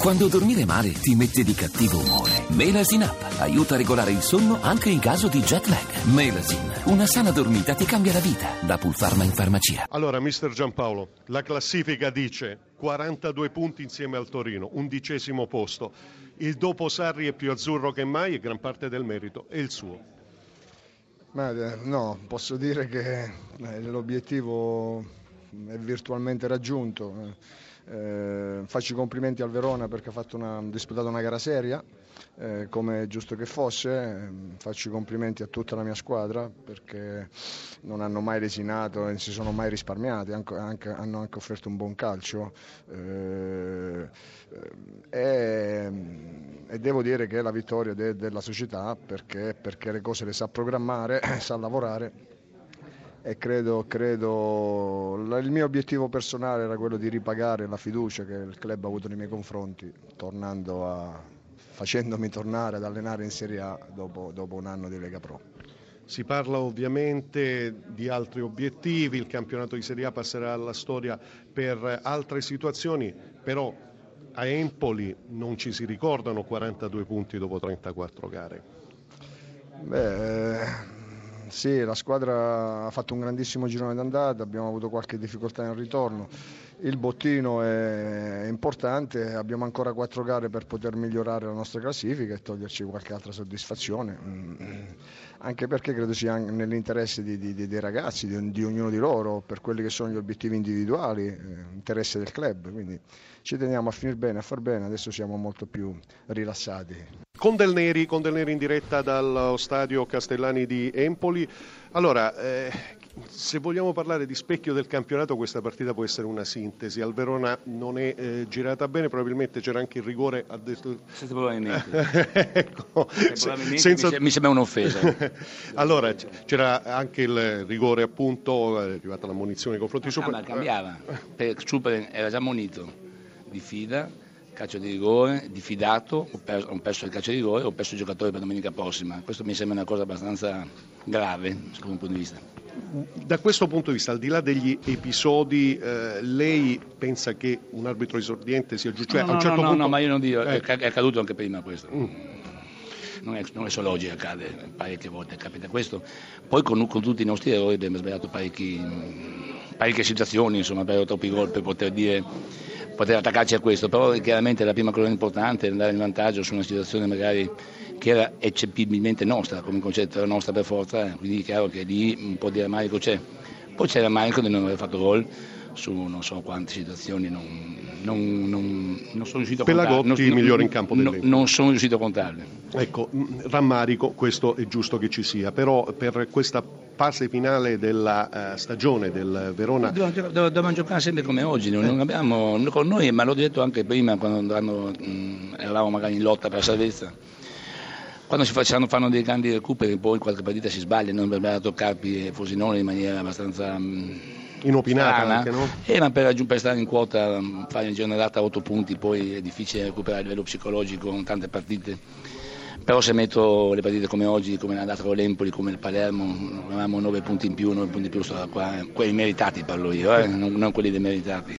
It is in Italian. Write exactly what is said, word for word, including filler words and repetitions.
Quando dormire male ti mette di cattivo umore, Melasin Up aiuta a regolare il sonno anche in caso di jet lag. Melasin, una sana dormita ti cambia la vita. Da Pulpharma in farmacia. Allora, mister Giampaolo, la classifica dice quarantadue punti insieme al Torino, undicesimo posto. Il dopo Sarri è più azzurro che mai e gran parte del merito è il suo. Ma, no, posso dire che l'obiettivo è virtualmente raggiunto. Eh, faccio i complimenti al Verona perché ha fatto una, disputato una gara seria, eh, come è giusto che fosse. Eh, faccio i complimenti a tutta la mia squadra perché non hanno mai lesinato e si sono mai risparmiati, anche, anche, hanno anche offerto un buon calcio. Eh, e, e devo dire che è la vittoria de, della società perché, perché le cose le sa programmare, sa lavorare. E credo, credo, il mio obiettivo personale era quello di ripagare la fiducia che il club ha avuto nei miei confronti, tornando a, facendomi tornare ad allenare in Serie A dopo, dopo un anno di Lega Pro. Si parla ovviamente di altri obiettivi, il campionato di Serie A passerà alla storia per altre situazioni, però a Empoli non ci si ricordano quarantadue punti dopo trentaquattro gare. Beh... Sì, la squadra ha fatto un grandissimo girone d'andata, abbiamo avuto qualche difficoltà nel ritorno, il bottino è importante, abbiamo ancora quattro gare per poter migliorare la nostra classifica e toglierci qualche altra soddisfazione, anche perché credo sia nell'interesse di, di, dei ragazzi, di, di ognuno di loro, per quelli che sono gli obiettivi individuali, eh, interesse del club, quindi ci teniamo a finire bene, a far bene, adesso siamo molto più rilassati. Con Del Neri, con Del Neri in diretta dallo stadio Castellani di Empoli. Allora, eh, se vogliamo parlare di specchio del campionato, questa partita può essere una sintesi. Al Verona non è eh, girata bene, probabilmente c'era anche il rigore. Ha detto... Senza probabilmente. ecco, probabilmente senza... mi sembra un'offesa. Allora, c'era anche il rigore, appunto, è arrivata l'ammonizione nei confronti di Super. Ah, ma cambiava. Per Super era già ammonito di fida. Calcio di rigore, diffidato, ho perso, ho perso il calcio di rigore, ho perso il giocatore per domenica prossima. Questo mi sembra una cosa abbastanza grave, secondo un punto di vista. Da questo punto di vista, al di là degli episodi, eh, lei pensa che un arbitro esordiente sia giusto? Cioè, no, a un certo no, no, punto... no, ma io non dico, eh. è accaduto anche prima questo. Mm. Non, è, non è solo oggi, accade parecchie volte, capita questo. Poi con, con tutti i nostri errori abbiamo sbagliato parecchi, parecchie situazioni, insomma, per troppi gol per poter dire... poter attaccarci a questo, però chiaramente la prima cosa importante è andare in vantaggio su una situazione magari che era eccepibilmente nostra, come concetto era nostra per forza, quindi è chiaro che lì un po' di rammarico c'è. Poi c'è il rammarico di non aver fatto gol su non so quante situazioni, non, non, non, non sono riuscito a contarle. Pelagotti il migliore in campo dell'Empoli. Non sono riuscito a contarle. Ecco, rammarico, questo è giusto che ci sia, però per questa fase finale della uh, stagione del Verona dobbiamo, dobbiamo giocare sempre come oggi, non, non abbiamo con noi, ma l'ho detto anche prima quando hanno, mh, eravamo magari in lotta per la salvezza, quando si facciano, fanno dei grandi recuperi, poi in qualche partita si sbaglia, non abbiamo toccato Carpi e Frosinone in maniera abbastanza mh, inopinata strana, anche, no? Eh, ma per, per stare in quota, fare in giornata a otto punti, poi è difficile recuperare a livello psicologico con tante partite. Però se metto le partite come oggi, come è andata con l'Empoli, come il Palermo, avevamo nove punti in più, nove punti in più, qua, quelli meritati parlo io, eh? non, non quelli demeritati.